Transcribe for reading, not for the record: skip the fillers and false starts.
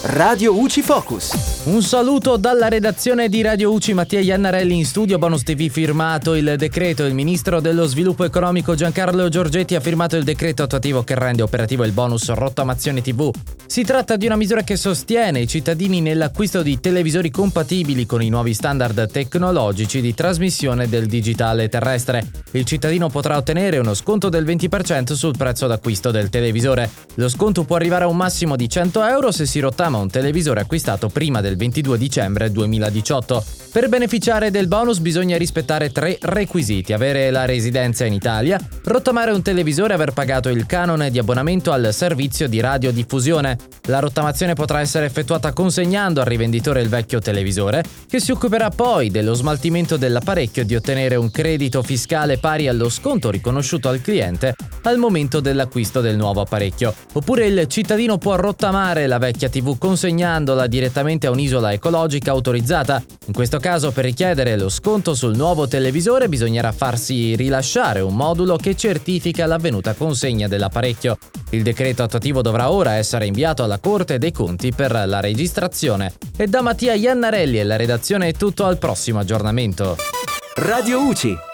Radio UCI Focus. Un saluto dalla redazione di Radio UCI, Mattia Iannarelli in studio. Bonus TV firmato il decreto. Il ministro dello sviluppo economico Giancarlo Giorgetti ha firmato il decreto attuativo che rende operativo il bonus rottamazione TV. Si tratta di una misura che sostiene i cittadini nell'acquisto di televisori compatibili con i nuovi standard tecnologici di trasmissione del digitale terrestre. Il cittadino potrà ottenere uno sconto del 20% sul prezzo d'acquisto del televisore. Lo sconto può arrivare a un massimo di 100 euro se si rottama un televisore acquistato prima del 22 dicembre 2018. Per beneficiare del bonus bisogna rispettare 3 requisiti: avere la residenza in Italia, rottamare un televisore e aver pagato il canone di abbonamento al servizio di radiodiffusione. La rottamazione potrà essere effettuata consegnando al rivenditore il vecchio televisore, che si occuperà poi dello smaltimento dell'apparecchio e di ottenere un credito fiscale pari allo sconto riconosciuto al cliente al momento dell'acquisto del nuovo apparecchio. Oppure il cittadino può rottamare la vecchia TV consegnandola direttamente a un'isola ecologica autorizzata. In questo caso, per richiedere lo sconto sul nuovo televisore bisognerà farsi rilasciare un modulo che certifica l'avvenuta consegna dell'apparecchio. Il decreto attuativo dovrà ora essere inviato alla Corte dei Conti per la registrazione. E da Mattia Iannarelli e la redazione è tutto, al prossimo aggiornamento. Radio UCI.